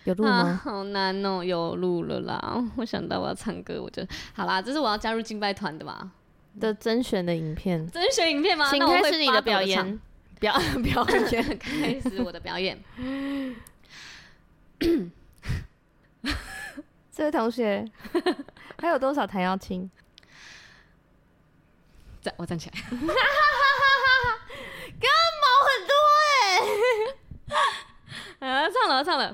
有录吗？ 好难哦，有录了啦。我想到我要唱歌，我就好啦，这是我要加入敬拜团的吧？ 的甄选的影片， 甄选影片吗？ 请开始你的表演，表演， 开始我的表演。 这位同学还有多少弹要亲？ 我站起来。 刚刚毛很多唱了。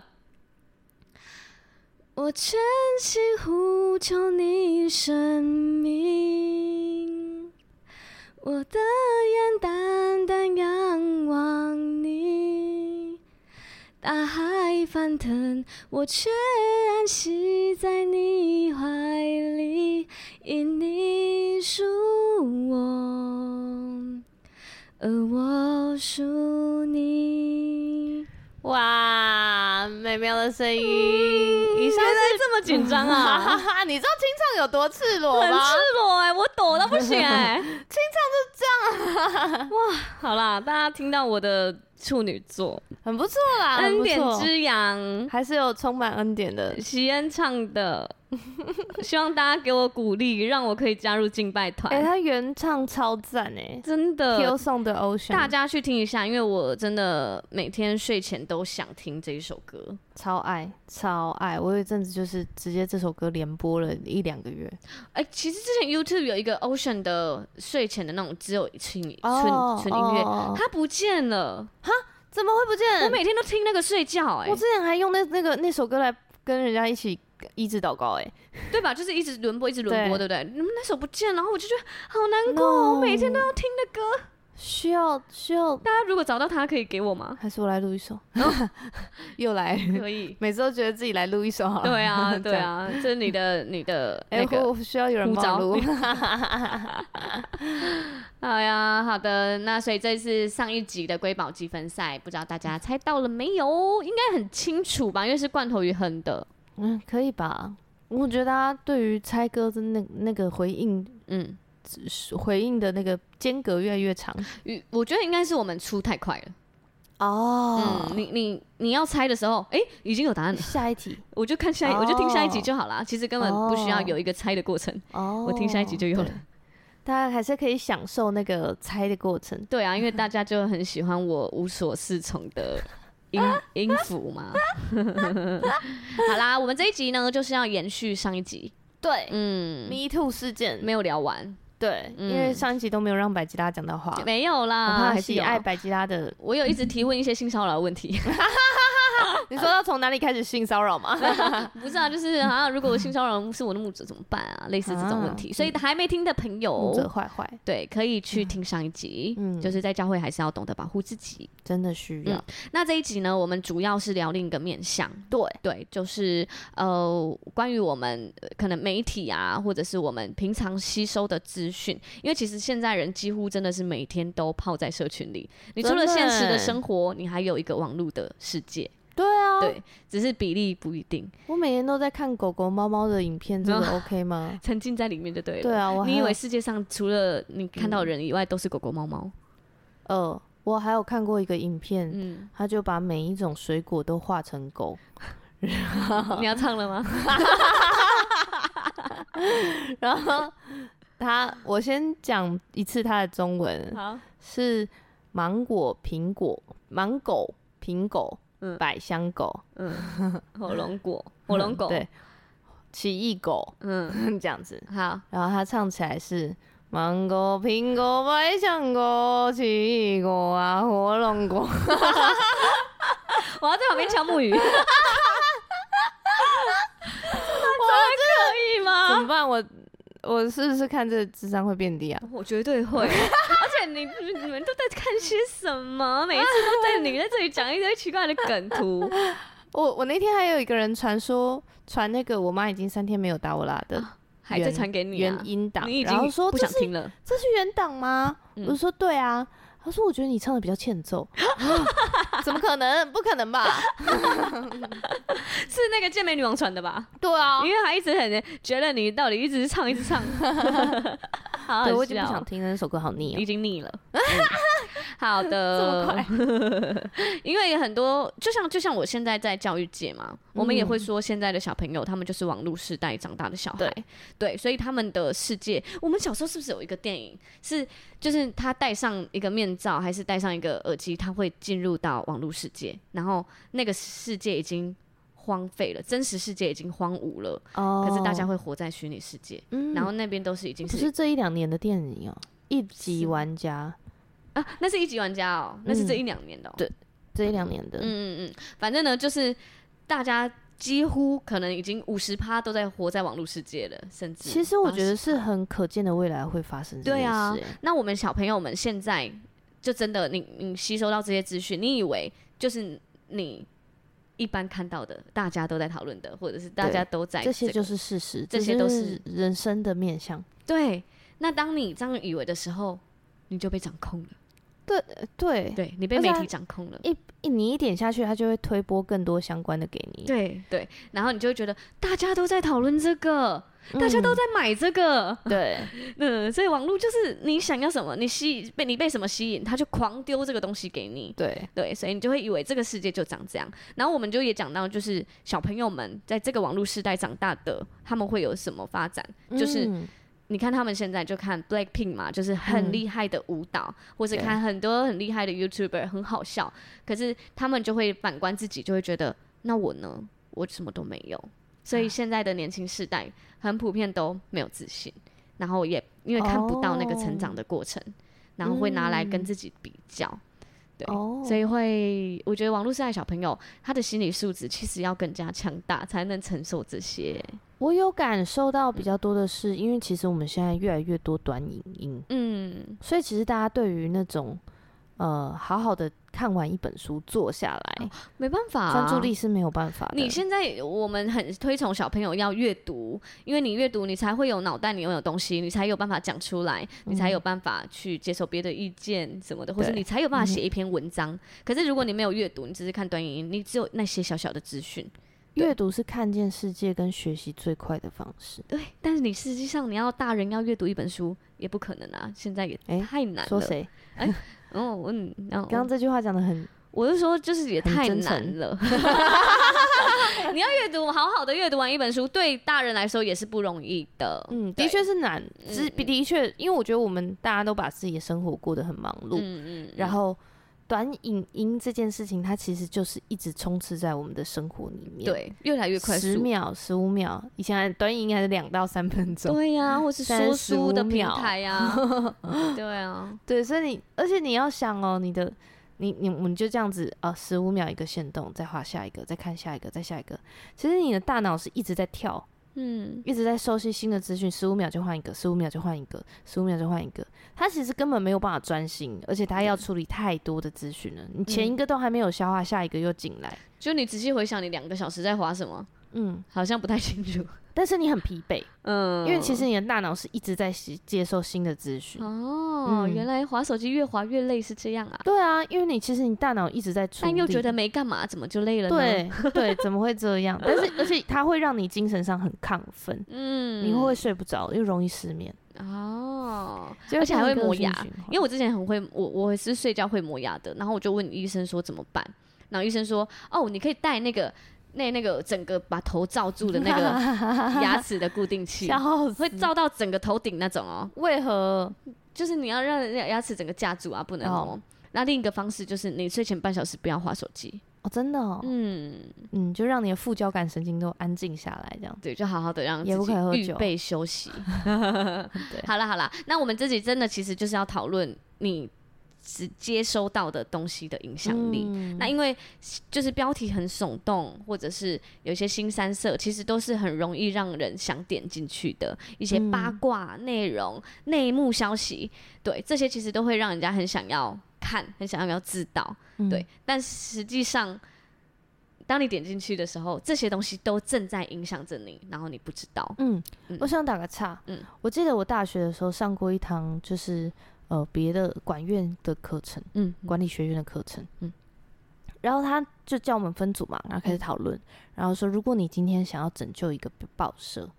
我全心呼求你生命，我的眼单单仰望你，大海翻腾，我却安息在你怀里，因你属我，而我属你。 哇，美妙的声音！以上是这么紧张啊？ 你知道清唱有多赤裸吗？ 很赤裸我抖到不行清唱就这样哇，好啦，大家听到我的处女座， 很不错啦， 恩典之阳， 还是有充满恩典的。 喜恩唱的，希望大家给我鼓励，让我可以加入敬拜团。 他原唱超赞真的。 Pure Song 的 Ocean， 大家去听一下，因为我真的每天睡前都想听这一首歌， 超爱。我有一阵子就是直接这首歌连播了1-2个月。 其实之前 YouTube 有一个 Ocean 的睡前的那种只有纯音乐，它不见了。 哈？怎么会不见？ 我每天都听那个睡觉我之前还用那首歌来跟人家一起医治祷告对吧？就是一直轮播，对不对？那首不见，然后我就觉得好难过，我每天都要听的歌。 需要， 大家如果找到它，可以给我吗？ 还是我来录一首？又来， 可以。 每次都觉得自己来录一首好了。 对啊，这是你的那个。 我需要有人帮我录。 好呀，好的。那所以这是上一集的瑰宝积分赛，不知道大家猜到了没有？应该很清楚吧？因为是罐头鱼哼的。 可以吧？我觉得大家对于猜歌的那个回应，回应的那个间隔越来越长。 我觉得应该是我们出太快了。你要猜的时候，已经有答案了。 下一题， 我就听下一集就好了。其实根本不需要有一个猜的过程。我听下一集就有了。 大家还是可以享受那个猜的过程。 对啊，因为大家就很喜欢我无所适从的音符嘛。好啦，我们这一集呢就是要延续上一集。 对，Me Too 事件没有聊完。 对，因为上一集都没有让百吉拉讲到话。 没有啦， 我怕还是喜爱百吉拉的。 我有一直提问一些性骚扰的问题。 你说要从哪里开始性骚扰吗？ 不是啊，就是如果性骚扰是我的牧者怎么办啊？类似这种问题，所以还没听的朋友， 牧者坏坏， 对，可以去听上一集。就是在教会还是要懂得保护自己， 真的需要。 那这一集呢，我们主要是聊另一个面向，对，就是关于我们可能媒体啊，或者是我们平常吸收的资讯，因为其实现在人几乎真的是每天都泡在社群里，你除了现实的生活，你还有一个网络的世界。 对啊， 对，只是比例不一定。 我每天都在看狗狗、猫猫的影片，这个 OK 吗？ 沉浸在里面就对了。 对啊， 你以为世界上除了你看到的人以外，都是狗狗、猫猫？ 我还有看过一个影片，他就把每一种水果都画成狗。 你要唱了吗？ 然后我先讲一次他的中文， 好， 是芒果、苹果、芒狗、苹果。百香狗， 火龙果， 对，奇异狗，这样子。 好， 然后他唱起来是芒果、苹果、百香果、奇异果啊，火龙果。 我要在旁边敲木鱼。真的可以吗？ 怎么办？我是不是看这个智商会变低啊？ 我绝对会。而且你们都在看些什么？每一次都在你在这里讲一堆奇怪的梗图。 我那天还有一个人传那个我妈已经3天没有打我啦的， 还在传给你原音档， 你已然后说不想听了。 这是原档吗？我就说对啊。他说：“我觉得你唱的比较欠揍。”怎么可能？不可能吧？ 是那个健美女王传的吧？ 对啊， 因为他一直很觉得你到底一直唱。 对，我已经不想听了，那首歌好腻哦， 已经腻了。 好的， 这么快？ 因为很多就像我现在在教育界嘛，我们也会说现在的小朋友他们就是网络世代长大的小孩，对，所以他们的世界，我们小时候是不是有一个电影是就是他戴上一个面罩还是戴上一个耳机，他会进入到网络世界，然后那个世界已经荒废了，真实世界已经荒芜了，可是大家会活在虚拟世界，然后那边都是已经是这1-2年的电影哦，一级玩家啊，那是一级玩家哦，那是这1-2年的， 对，这1-2年的， 反正呢，就是大家几乎可能已经50%都在活在网络世界了，甚至其实我觉得是很可见的未来会发生这件事。对啊， 那我们小朋友们现在就真的，你吸收到这些资讯，你以为就是你一般看到的，大家都在讨论的，或者是大家都在、 这些就是事实， 这些都是人生的面向。 对，那当你这样以为的时候，你就被掌控了。对，你被媒体掌控了。 你一点下去，他就会推播更多相关的给你。 对，然后你就会觉得大家都在讨论这个，大家都在买这个。 对， 所以网络就是你想要什么，你被什么吸引，他就狂丢这个东西给你。对，所以你就会以为这个世界就长这样。然后我们就也讲到，就是小朋友们在这个网络时代长大的，他们会有什么发展？就是你看他们现在就看 Blackpink 嘛，就是很厉害的舞蹈，或是看很多很厉害的 YouTuber 很好笑，可是他们就会反观自己，就会觉得那我呢，我什么都没有。所以现在的年轻世代很普遍都没有自信，然后也因为看不到那个成长的过程，然后会拿来跟自己比较。对，所以我觉得网络时代小朋友他的心理素质其实要更加强大，才能承受这些。 我有感受到比较多的是，因为其实我们现在越来越多短影音，所以其实大家对于那种好好的看完一本书坐下来， 没办法， 专注力是没有办法的。 你现在我们很推崇小朋友要阅读，因为你阅读，你才会有脑袋，你拥有东西，你才有办法讲出来，你才有办法去接受别的意见什么的，或者你才有办法写一篇文章。可是如果你没有阅读，你只是看短影音，你只有那些小小的资讯。 阅读是看见世界跟学习最快的方式。 对，但是你实际上大人要阅读一本书也不可能啊，现在也太难了。 说谁？刚刚这句话讲得很， 我是说就是也太难了。你要阅读，好好的阅读完一本书，对大人来说也是不容易的。 的确是难，的确，因为我觉得我们大家都把自己的生活过得很忙碌，然后短影音这件事情，它其实就是一直充斥在我们的生活里面。 对，越来越快速，10 秒、15秒，以前短影音还是2到3分钟。 对呀，或是说书的平台呀。对啊， 对，所以而且你要想哦，我们就这样子15秒一个限动，再画下一个，再看下一个，再下一个。其实你的大脑是一直在跳。一直在收集新的资讯，15秒就换一个，15秒就换一个，15秒就换一个。他其实根本没有办法专心，而且他要处理太多的资讯了。你前一个都还没有消化，下一个又进来。 就你仔细回想，你2个小时在滑什么？好像不太清楚。 但是你很疲惫，因为其实你的大脑是一直在接受新的资讯。 原来滑手机越滑越累是这样啊？ 对啊，因为其实你大脑一直在处理， 但又觉得没干嘛，怎么就累了呢？ 对，怎么会这样？而且它会让你精神上很亢奋，你会睡不着，又容易失眠。 而且还会磨牙，因为我之前很会，我是睡觉会磨牙的，然后我就问医生说怎么办，然后医生说你可以戴那个整个把头罩住的那个牙齿的固定器，会罩到整个头顶那种哦。 为何？ 就是你要让牙齿整个架住啊，不能哦。那另一个方式就是你睡前半小时不要滑手机。 真的哦。就让你的副交感神经都安静下来，这样。 对，就好好的让自己预备休息。好啦，那我们自己真的其实就是要讨论你只接收到的东西的影响力。那因为就是标题很耸动，或者是有一些新三色，其实都是很容易让人想点进去的一些八卦内容、内幕消息。对，这些其实都会让人家很想要看，很想要知道。对，但实际上当你点进去的时候，这些东西都正在影响着你，然后你不知道。 我想打个岔。我记得我大学的时候上过一堂就是别的管院的课程，管理学院的课程，然后他就叫我们分组嘛，然后开始讨论，然后说如果你今天想要拯救一个报社，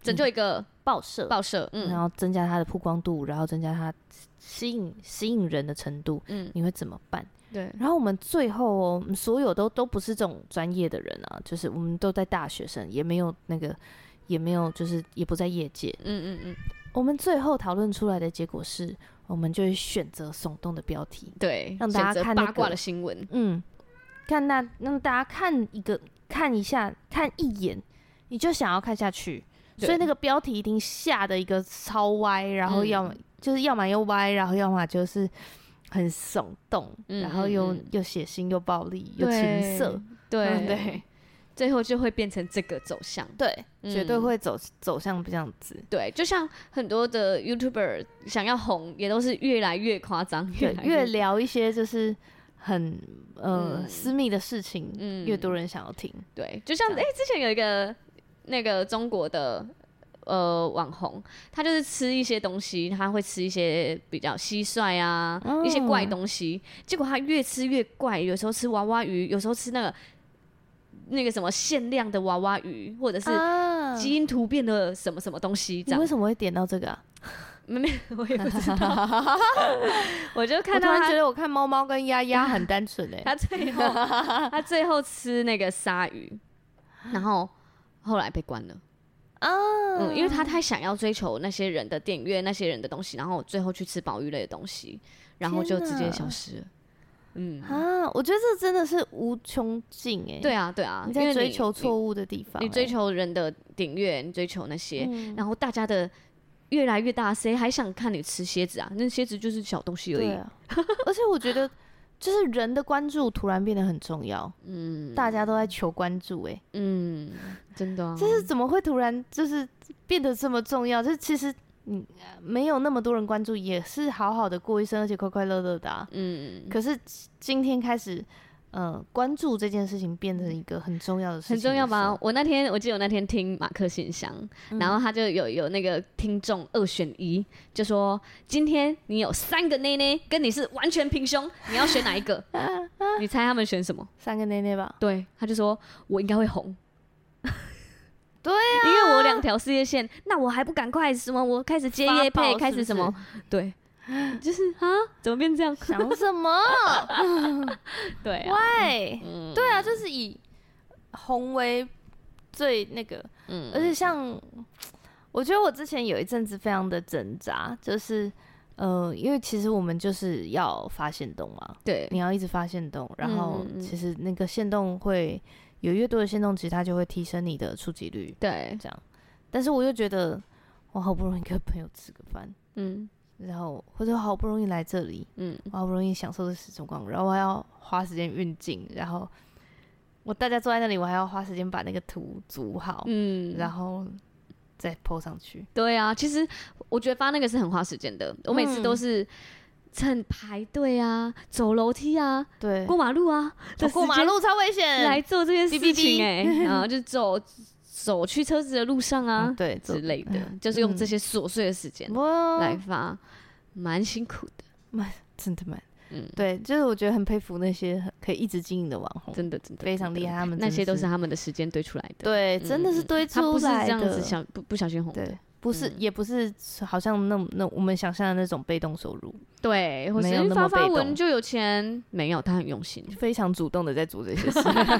拯救一个报社，然后增加它的曝光度，然后增加它吸引人的程度，你会怎么办？ 对。 然后我们最后我们所有都不是这种专业的人啊，就是我们都在大学生，也没有就是也不在业界，我们最后讨论出来的结果是，我们就会选择耸动的标题， 对， 让大家看八卦的新闻， 让大家看一下，看一眼，你就想要看下去。所以那个标题一定下的一个超歪，然后要么又歪，然后要么就是很耸动，然后又血腥又暴力又情色， 对，最后就会变成这个走向， 对，绝对会走向这样子。 对，就像很多的 YouTuber 想要红，也都是越来越夸张， 越聊一些就是很私密的事情，越多人想要听。 对，就像之前有一个那个中国的网红，他就是吃一些东西，他会吃一些比较蟋蟀啊，一些怪东西，结果他越吃越怪，有时候吃娃娃鱼，有时候吃那个什么限量的娃娃鱼，或者是基因突变的什么什么东西，这样。 你为什么会点到这个啊？ 没，我也不知道。我就看到他， 我突然觉得我看猫猫跟鸭鸭很单纯哎。 他最后吃那个鲨鱼，然后后来被关了。因为他太想要追求那些人的电影院、那些人的东西，然后最后去吃保育类的东西，然后就直接消失了。 我觉得这真的是无穷尽哎。 对啊， 你在追求错误的地方， 你追求人的点阅，你追求那些，然后大家的越来越大，谁还想看你吃蝎子啊？那蝎子就是小东西而已。对啊， 而且我觉得就是人的关注突然变得很重要，大家都在求关注哎， 真的， 就是怎么会突然就是变得这么重要？就是其实没有那么多人关注，也是好好的过一生，而且快快乐乐的啊。可是今天开始，关注这件事情变成一个很重要的事情， 很重要吧？我记得我那天听马克信箱，然后他就有那个听众2选1，就说今天你有3个内内，跟你是完全平胸，你要选哪一个？你猜他们选什么 ？3个内内吧。 对，他就说我应该会红。 对啊， 因为我2条事业线，那我还不赶快什么？我开始接业配，开始什么？对，就是怎么变这样？ 想什么？ 对啊， 喂，对啊，就是以红为最那个，而且像我觉得我之前有一阵子非常的挣扎，就是因为其实我们就是要发限动嘛， 对， 你要一直发限动，然后其实那个限动会。有越多的限动，其实它就会提升你的触及率。 对， 这样。但是我又觉得，我好不容易跟朋友吃个饭，然后或者好不容易来这里，我好不容易享受这时钟光，然后我还要花时间运镜，然后大家坐在那里，我还要花时间把那个图组好，然后再 po 上去。 对啊，其实我觉得发那个是很花时间的，我每次都是。趁排队啊，走楼梯啊， 对， 过马路啊， 过马路超危险， 来做这件事情然后就走去车子的路上啊， 对之类的，就是用这些琐碎的时间来发，蛮辛苦的， 真的蛮，对，就是我觉得很佩服那些可以一直经营的网红， 真的非常厉害，他们那些都是他们的时间堆出来的， 对，真的是堆出来的，他不是这样子不小心红的。 不是，也不是好像那我们想象的那种被动收入， 对，或是发文就有钱，没有，他很用心， 非常主动的在做这些事，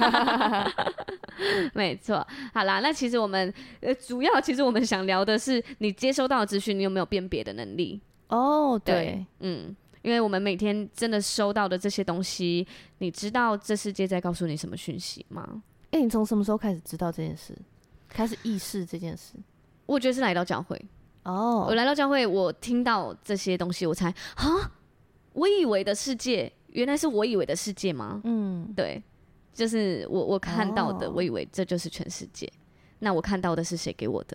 没错。好啦，那其实我们主要其实我们想聊的是，你接收到的资讯，你有没有辨别的能力？ 对， 因为我们每天真的收到的这些东西，你知道这世界在告诉你什么讯息吗？ 你从什么时候开始知道这件事，开始意识这件事？ 我觉得是来到教会我来到教会，我听到这些东西，我才我以为的世界，原来是我以为的世界吗？对，就是我看到的，我以为这就是全世界。那我看到的是谁给我的？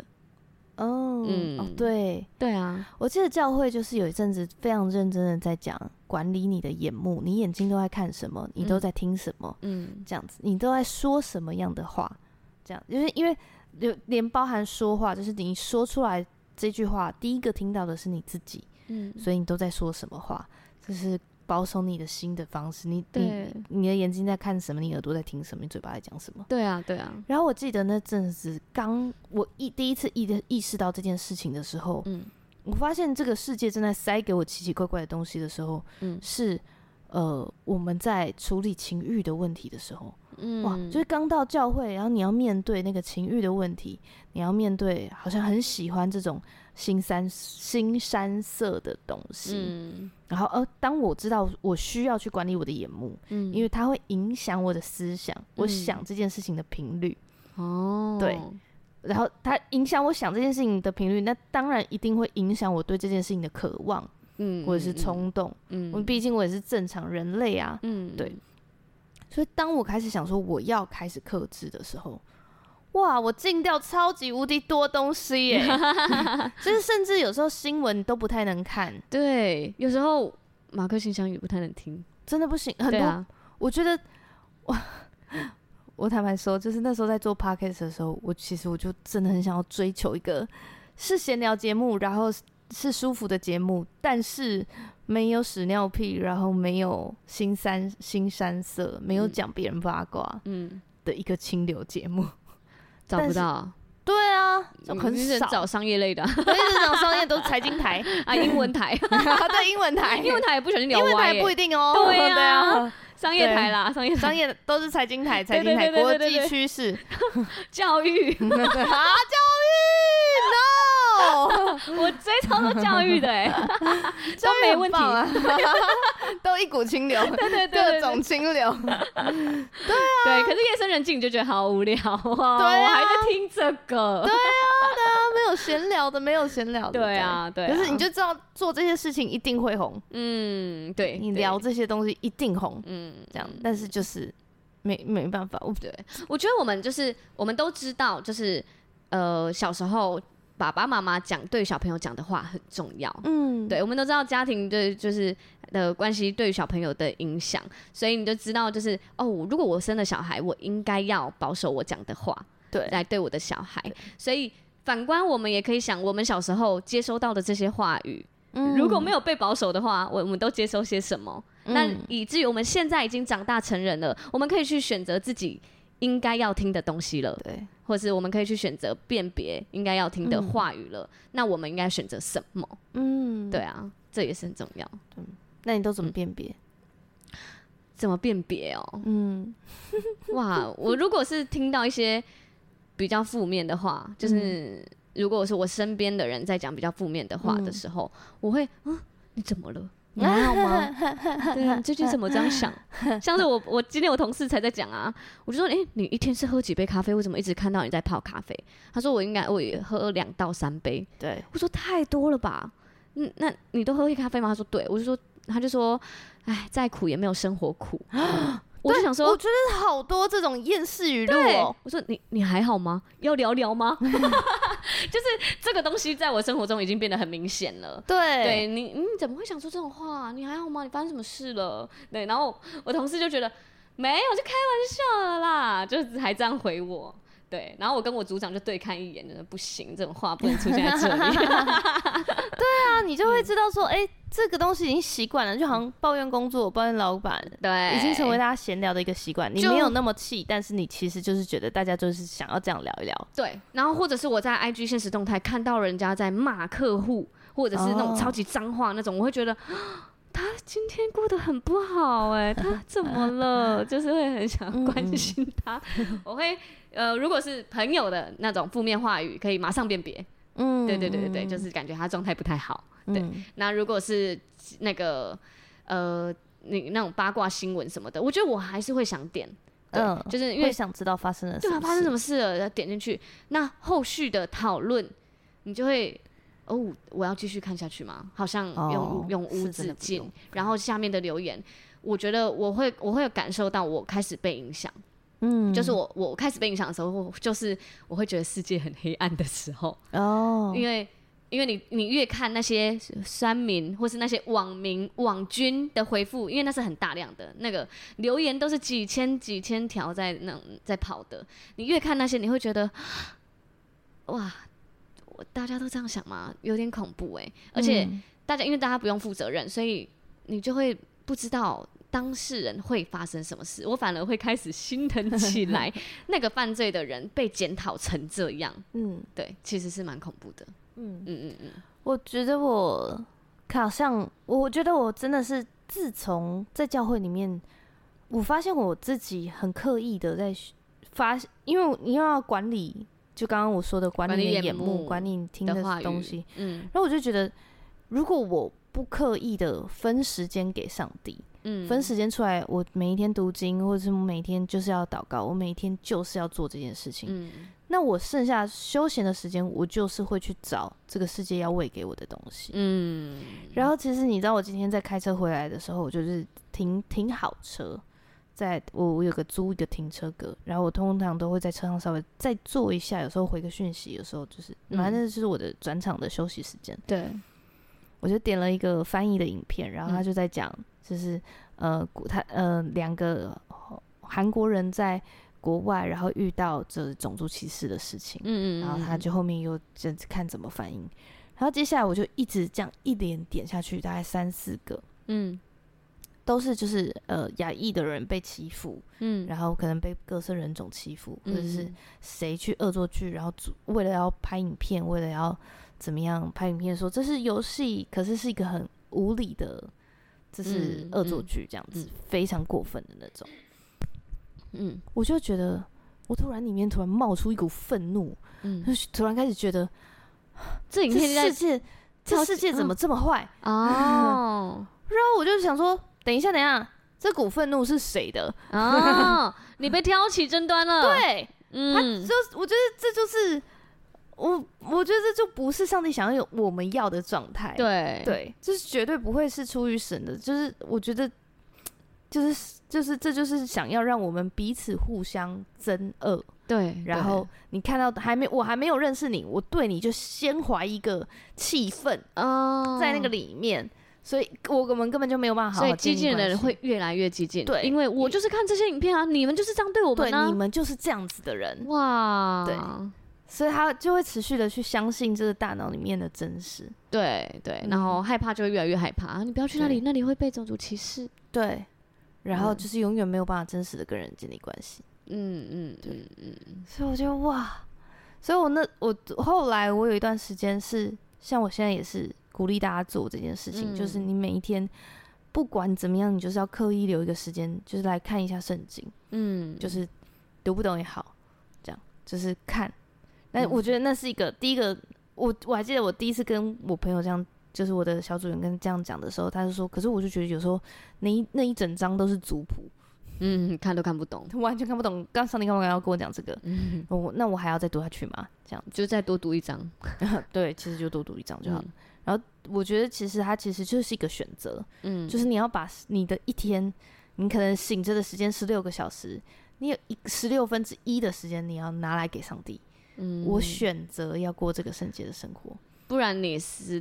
对啊， 我记得教会就是有一阵子非常认真的在讲管理你的眼目，你眼睛都在看什么，你都在听什么，这样子，你都在说什么样的话，这样，就是因为。连包含说话，就是你说出来这句话，第一个听到的是你自己，所以你都在说什么话，这是保守你的心的方式。你的眼睛在看什么，你耳朵在听什么，你嘴巴在讲什么。 对啊。 然后我记得那阵子我第一次意识到这件事情的时候，我发现这个世界正在塞给我奇奇怪怪的东西的时候，是我们在处理情欲的问题的时候，哇，就是刚到教会，然后你要面对那个情欲的问题，你要面对好像很喜欢这种新山色的东西，然后当我知道我需要去管理我的眼目，因为它会影响我的思想，我想这件事情的频率，对，然后它影响我想这件事情的频率，那当然一定会影响我对这件事情的渴望，或者是冲动，毕竟我也是正常人类啊，对，所以当我开始想说我要开始克制的时候，哇，我禁掉超级无敌多东西耶就是甚至有时候新闻都不太能看， 对，有时候马克信箱也不太能听， 真的不行，很多，我觉得我坦白说，就是那时候在做 podcast 的时候，其实我就真的很想要追求一个是闲聊节目，然后是舒服的节目，但是没有屎尿屁，然后没有新山色，没有讲别人八卦的一个清流节目， 找不到。 对啊，很少找商业类的， 对，一直找商业都是财经台啊，英文台， 对，英文台也不小心聊歪， 英文台不一定哦， 对啊，商业台啦，商业都是财经台，国际趋势， 教育啊，教育 ，no， 我追超多教育的都没问题， 都一股清流，对，各种清流，对啊， 对，可是夜深人静你就觉得好无聊啊，我还在听这个， 对啊，没有闲聊的， 对啊， 可是你就知道做这些事情一定会红， 对， 你聊这些东西一定红，这样，但是就是没办法， 对，我觉得我们都知道，就是小时候爸爸妈妈对小朋友讲的话很重要，对，我们都知道家庭对就是的关系对小朋友的影响，所以你就知道就是如果我生了小孩，我应该要保守我讲的话， 对， 来对我的小孩，所以反观我们也可以想，我们小时候接收到的这些话语，如果没有被保守的话，我们都接收些什么？那以至于我们现在已经长大成人了，我们可以去选择自己应该要听的东西了， 对， 或是我们可以去选择辨别应该要听的话语了，那我们应该选择什么？对啊，这也是很重要。 那你都怎么辨别？ 怎么辨别哦？哇，我如果是听到一些比较负面的话，就是如果是我身边的人在讲比较负面的话的时候，我会你怎么了？你还好吗？对啊，你最近怎么这样想？像是我今天我同事才在讲啊，我就说你一天是喝几杯咖啡？为什么一直看到你在泡咖啡？他说我也喝2到3杯。对，我说太多了吧？那你都喝黑咖啡吗？他说对，他就说再苦也没有生活苦。我就想说， 我觉得好多这种厌世语录哦。 我说你还好吗？要聊聊吗？就是这个东西在我生活中已经变得很明显了。对，你怎么会想说这种话？你还好吗？你发生什么事了？对，然后我同事就觉得没有，就开玩笑了啦，就是还这样回我。对，然后我跟我组长就对看一眼，真的不行，这种话不能出现在这里。 对啊，你就会知道说，这个东西已经习惯了，就好像抱怨工作、抱怨老板， 对， 已经成为大家闲聊的一个习惯。你没有那么气，但是你其实就是觉得大家就是想要这样聊一聊。 对，然后或者是我在 IG 限时动态看到人家在骂客户，或者是那种超级脏话那种，我会觉得他今天过得很不好他怎么了？就是会很想关心他。我会如果是朋友的那种负面话语，可以马上辨别。对，就是感觉他状态不太好。对，那如果是那个你那种八卦新闻什么的，我觉得我还是会想点。对，就是因为会想知道发生了什么事， 对，发生什么事了，要点进去。那后续的讨论，你就会我要继续看下去吗？好像永无止境。然后下面的留言，我觉得我会有感受到我开始被影响。就是我开始被影响的时候，就是我会觉得世界很黑暗的时候。因为你越看那些酸民或是那些网军的回复，因为那是很大量的那个留言，都是几千条在跑的。你越看那些，你会觉得哇，大家都这样想吗？有点恐怖而且因为大家不用负责任，所以你就会不知道当事人会发生什么事，我反而会开始心疼起来那个犯罪的人被检讨成这样。对，其实是蛮恐怖的。 我觉得好像我觉得我真的是自从在教会里面，我发现我自己很刻意的在因为你要管理，就刚刚我说的管理你的眼目，管理你听的东西。然后我就觉得，如果我不刻意的分时间给上帝，分时间出来，我每一天读经，或者是每天就是要祷告，我每一天就是要做这件事情。那我剩下休闲的时间，我就是会去找这个世界要喂给我的东西。然后其实你知道，我今天在开车回来的时候，我就是停好车，我有租一个停车格，然后我通常都会在车上稍微再坐一下，有时候回个讯息，有时候就是反正就是我的转场的休息时间。 对， 我就点了一个翻译的影片，然后他就在讲，就是两个韩国人在国外，然后遇到这种族歧视的事情，然后他就后面又看怎么反应，然后接下来我就一直这样一连点下去，大概3-4个，都是就是亚裔的人被欺负，然后可能被各色人种欺负，或者是谁去恶作剧，然后为了要拍影片，为了要怎么样拍影片说这是游戏，可是是一个很无理的，这是恶作剧，这样子非常过分的那种。我就觉得我里面突然冒出一股愤怒，突然开始觉得这影片这世界怎么这么坏哦？然后我就想说，等一下，这股愤怒是谁的？ 你被挑起争端了。 对，我觉得这就是我觉得这就不是上帝想要有我们要的状态。对，就是绝对不会是出于神的。就是我觉得，就是这就是想要让我们彼此互相憎恶。 对， 然后你看到我还没有认识你，我对你就先怀一个气愤在那个里面。所以我们根本就没有办法好好建立关系。所以激进的人会越来越激进， 对， 因为我就是看这些影片啊，你们就是这样对我们啊， 对，你们就是这样子的人， 哇， 对，所以他就会持续的去相信这个大脑里面的真实， 对，然后害怕就会越来越害怕，你不要去那里，那里会被种族歧视， 对，然后就是永远没有办法真实的跟人建立关系，所以我觉得哇，所以我后来我有一段时间是像我现在也是。鼓励大家做这件事情，就是你每一天不管怎么样，你就是要刻意留一个时间，就是来看一下圣经，就是读不懂也好，这样就是看。但我觉得那是第一个，我还记得我第一次跟我朋友这样，就是我的小组员跟这样讲的时候，他就说，可是我就觉得有时候那一整章都是族谱。 看都看不懂， 完全看不懂。刚上帝干嘛要跟我讲这个？那我还要再读下去吗？这样就再多读一章。 对，其实就多读一章就好了。然后我觉得它其实就是一个选择，就是你要把你的一天，你可能醒着的时间16个小时，你有1/16的时间你要拿来给上帝。我选择要过这个圣洁的生活。 不然你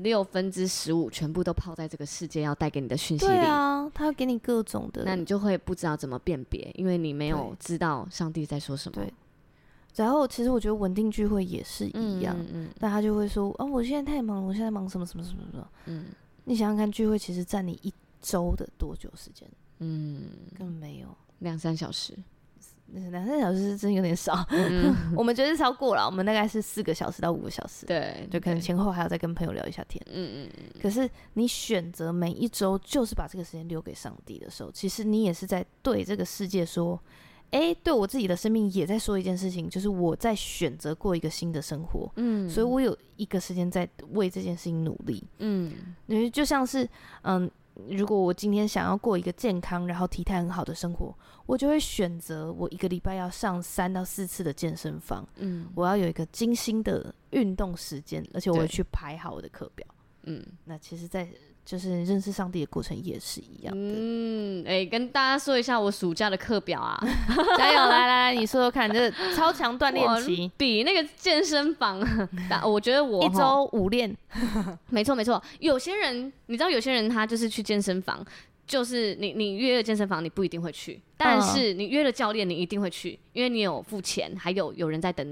15/16全部都泡在这个世界要带给你的讯息里。 对啊，他要给你各种的， 那你就会不知道怎么辨别，因为你没有知道上帝在说什么。 对。然后其实我觉得稳定聚会也是一样，但他就会说我现在太忙了，我现在忙什么什么什么什么。你想想看，聚会其实占你1周的多久时间？根本没有 2-3小时。 2-3小时真有点少，我们觉得超过了，我们大概是4个小时到5个小时， 对， 就可能前后还要再跟朋友聊一下天，可是你选择每一周就是把这个时间留给上帝的时候，其实你也是在对这个世界说，对我自己的生命也在说一件事情，就是我在选择过一个新的生活，所以我有一个时间在为这件事情努力，就像是如果我今天想要过一个健康然后体态很好的生活，我就会选择我1个礼拜要上3到4次的健身房，我要有一个精心的运动时间，而且我会去排好我的课表，那其实在就是认识上帝的过程也是一样的。 跟大家说一下我暑假的课表啊， 加油，来，你说说看，这超强锻炼期， 比那个健身房，我觉得我 1周5练， 没错。有些人，你知道，有些人他就是去健身房，就是你约了健身房，你不一定会去，但是你约了教练，你一定会去，因为你有付钱，还有人在等你。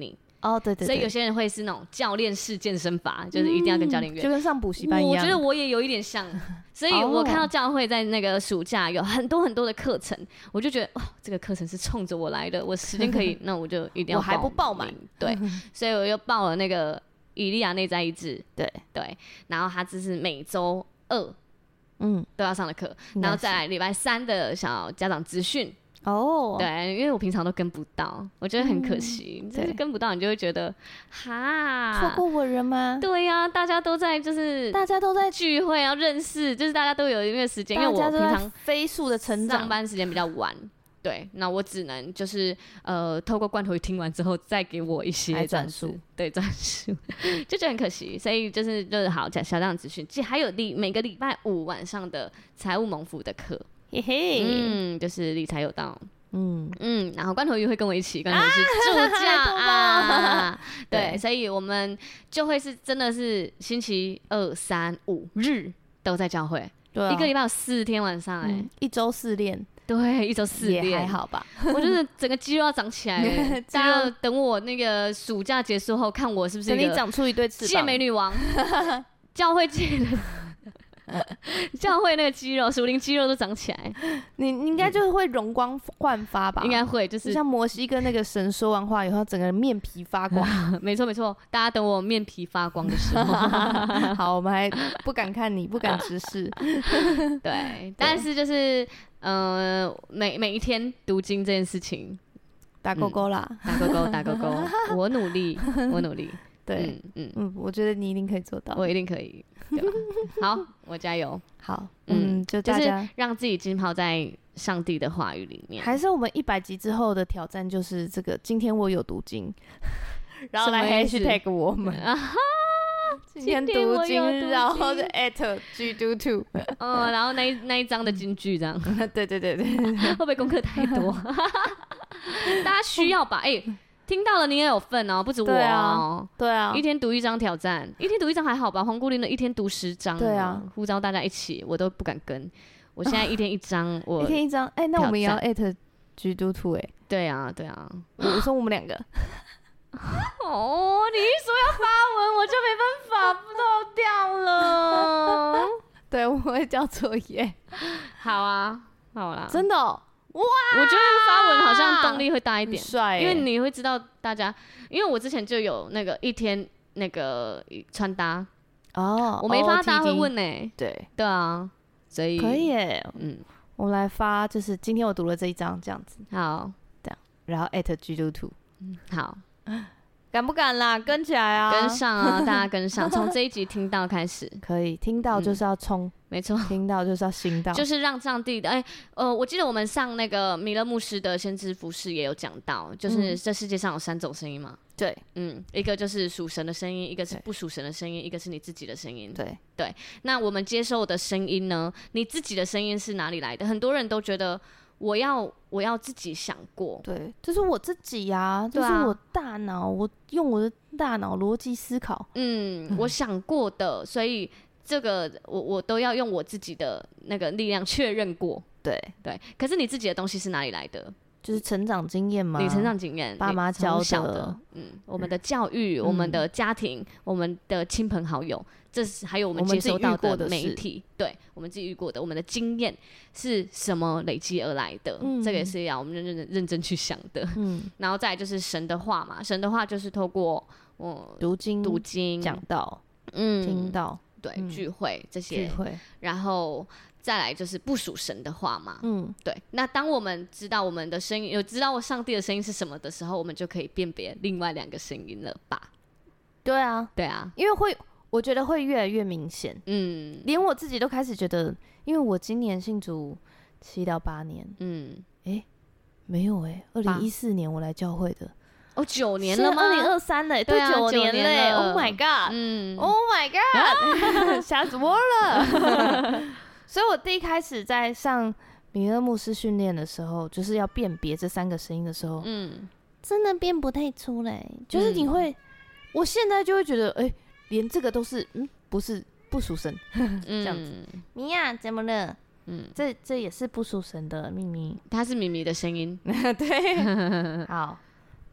哦，对对对， 所以有些人会是那种教练式健身法，就是一定要跟教练约， 就跟上补习班一样。 我觉得我也有一点像，所以我看到教会在那个暑假有很多很多的课程，我就觉得这个课程是冲着我来的，我时间可以，那我就一定要报名。我还不报满， 对，所以我又报了那个以利亚内在医治， 对， 然后他只是每周2都要上的课，然后再来礼拜3的小家长资讯。对，因为我平常都跟不到，我觉得很可惜，就是跟不到，你就会觉得错过我人吗？ 对呀，大家都在聚会，然后认识，就是大家都有一个时间，因为我平常飞速的成长， 上班时间比较晚。对，那我只能就是透过罐头鱼听完之后，再给我一些转述， 对，转述，就觉得很可惜。所以就是好小家长资讯，还有每个礼拜5晚上的财务蒙福的课。嘿嘿，就是理财有道，然后罐头鱼会跟我一起，罐头鱼是助教对，所以我们就会是真的是星期2、3、5日都在教会，一个礼拜有4天晚上， 一周4练， 对，一周4练也还好吧？ 我觉得整个肌肉要长起来，大家等我那个暑假结束后，看我是不是等你长出一对翅膀， 健美女王，教会界的。教会那个肌肉，属灵肌肉都长起来， 你应该就会容光焕发吧？ 应该会，就是像摩西跟那个神说完话以后，整个人面皮发光。 没错没错，大家等我面皮发光的时候。 好，我们还不敢看你，不敢直视。 对，但是就是每一天读经这件事情， 打勾勾啦， 打勾勾，打勾勾，我努力，我努力。 对，我觉得你一定可以做到， 我一定可以。好，我加油。 好，就大家就是让自己浸泡在上帝的话语里面。 还是我们100集之后的挑战就是这个，今天我有读经，然后来 hashtag 我们。今天读经，然后就 @GDO2， 然后那一章的金句这样。 对， 会不会功课太多？大家需要吧？听到了你也有份哦，不止我哦。 对啊， 一天读1章挑战，一天读1章还好吧？黄姑玲的一天读10章， 对啊， 呼召大家一起，我都不敢跟。我现在一天1章， 一天1章，那我们也要@GDO2 对啊， 我说我们2个。 你一说要发文，我就没办法漏掉了。 对，我会交作业。 好啊，好啦， 真的哇！ 我觉得发文好像动力会大一点， 帅， 因为你会知道大家，因为我之前就有那个一天那个穿搭我没发，大家会问呢。对啊，所以可以耶。我来发，就是今天我读了这一章这样子。 好， 这样，然后@GDO2。 好。 敢不敢啦？跟起来啊！ 跟上啊！大家跟上，从这一集听到开始， 可以听到就是要冲， 没错， 听到就是要行道， 就是让上帝的。我记得我们上那个米勒牧师的先知服事也有讲到，就是这世界上有3种声音嘛。 对， 一个就是属神的声音，一个是不属神的声音，一个是你自己的声音。 对， 那我们接受的声音呢？你自己的声音是哪里来的？很多人都觉得。我要自己想过， 对，这是我自己呀，这是我大脑，我用我的大脑逻辑思考， 我想过的，所以这个我都要用我自己的那个力量确认过，对，可是你自己的东西是哪里来的？ 就是成长经验嘛， 你成长经验， 爸妈教的， 我们的教育，我们的家庭，我们的亲朋好友，这是还有我们接收到的媒体，对我们自己遇过的，我们的经验是什么累积而来的？这个也是要我们认真去想的。然后再来就是神的话嘛，神的话就是透过读经、 讲道、听到， 对，聚会这些，然后。再来就是不属神的话嘛，对。那当我们知道我们的声音，有知道上帝的声音是什么的时候，我们就可以辨别另外2个声音了吧？ 对啊，因为我觉得会越来越明显。连我自己都开始觉得，因为我今年信主7到8年，没有2014年我来教会的。 9年了吗 ？2023了，对，9年了。Oh my god！Oh my god！吓死我了！所以我第一开始在上米勒牧师训练的时候，就是要辨别这3个声音的时候，真的辨不太出来。就是你会，我现在就会觉得，连这个都是，不是不属神这样子。米娅怎么了？这也是不属神的秘密， 它是咪咪的声音。 对，好。